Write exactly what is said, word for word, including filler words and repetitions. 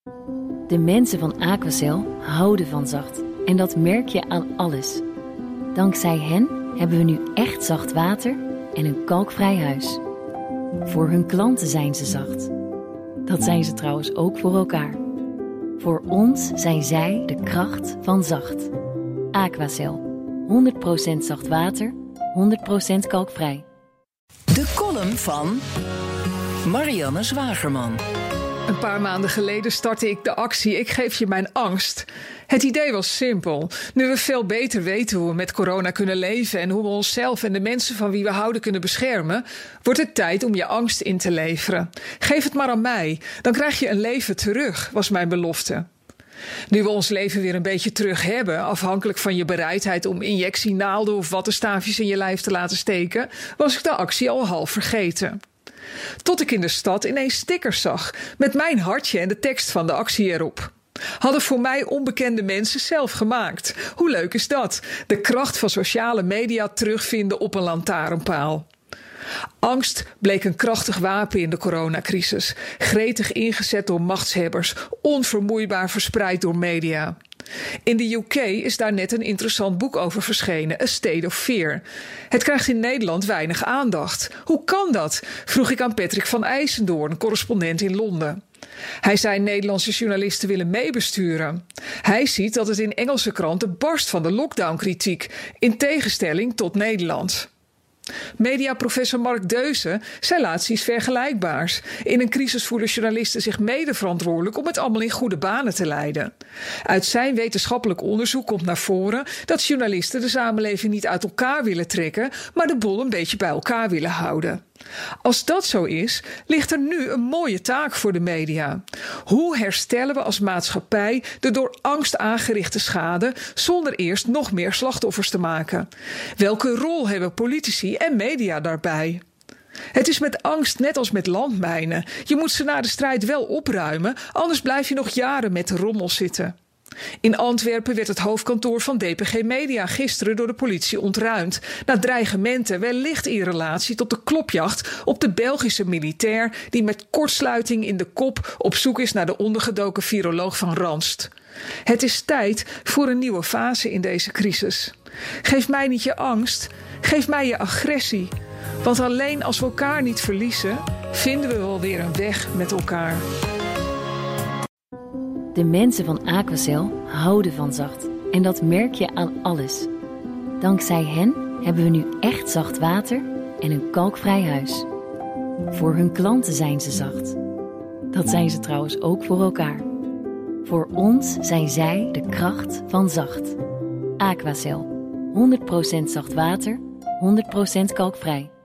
De mensen van Aquacel houden van zacht. En dat merk je aan alles. Dankzij hen hebben we nu echt zacht water en een kalkvrij huis. Voor hun klanten zijn ze zacht. Dat zijn ze trouwens ook voor elkaar. Voor ons zijn zij de kracht van zacht. Aquacel. honderd procent zacht water, honderd procent kalkvrij. De column van Marianne Zwagerman. Een paar maanden geleden startte ik de actie Ik geef je mijn angst. Het idee was simpel. Nu we veel beter weten hoe we met corona kunnen leven en hoe we onszelf en de mensen van wie we houden kunnen beschermen, wordt het tijd om je angst in te leveren. Geef het maar aan mij, dan krijg je een leven terug, was mijn belofte. Nu we ons leven weer een beetje terug hebben, afhankelijk van je bereidheid om injectienaalden of wattenstaafjes in je lijf te laten steken, was ik de actie al half vergeten. Tot ik in de stad ineens stickers zag met mijn hartje en de tekst van de actie erop. Hadden voor mij onbekende mensen zelf gemaakt. Hoe leuk is dat? De kracht van sociale media terugvinden op een lantaarnpaal. Angst bleek een krachtig wapen in de coronacrisis. Gretig ingezet door machtshebbers, onvermoeibaar verspreid door media. In de U K is daar net een interessant boek over verschenen, A State of Fear. Het krijgt in Nederland weinig aandacht. Hoe kan dat? Vroeg ik aan Patrick van IJsendoorn, correspondent in Londen. Hij zei Nederlandse journalisten willen meebesturen. Hij ziet dat het in Engelse kranten barst van de lockdownkritiek, in tegenstelling tot Nederland. Mediaprofessor Mark Deuze zei laatst iets vergelijkbaars. In een crisis voelen journalisten zich mede verantwoordelijk om het allemaal in goede banen te leiden. Uit zijn wetenschappelijk onderzoek komt naar voren dat journalisten de samenleving niet uit elkaar willen trekken, maar de boel een beetje bij elkaar willen houden. Als dat zo is, ligt er nu een mooie taak voor de media. Hoe herstellen we als maatschappij de door angst aangerichte schade zonder eerst nog meer slachtoffers te maken? Welke rol hebben politici en media daarbij? Het is met angst net als met landmijnen. Je moet ze na de strijd wel opruimen, anders blijf je nog jaren met de rommel zitten. In Antwerpen werd het hoofdkantoor van D P G Media gisteren door de politie ontruimd, na dreigementen wellicht in relatie tot de klopjacht op de Belgische militair die met kortsluiting in de kop op zoek is naar de ondergedoken viroloog van Ranst. Het is tijd voor een nieuwe fase in deze crisis. Geef mij niet je angst, geef mij je agressie. Want alleen als we elkaar niet verliezen, vinden we wel weer een weg met elkaar. De mensen van Aquacel houden van zacht. En dat merk je aan alles. Dankzij hen hebben we nu echt zacht water en een kalkvrij huis. Voor hun klanten zijn ze zacht. Dat zijn ze trouwens ook voor elkaar. Voor ons zijn zij de kracht van zacht. Aquacel. honderd procent zacht water, honderd procent kalkvrij.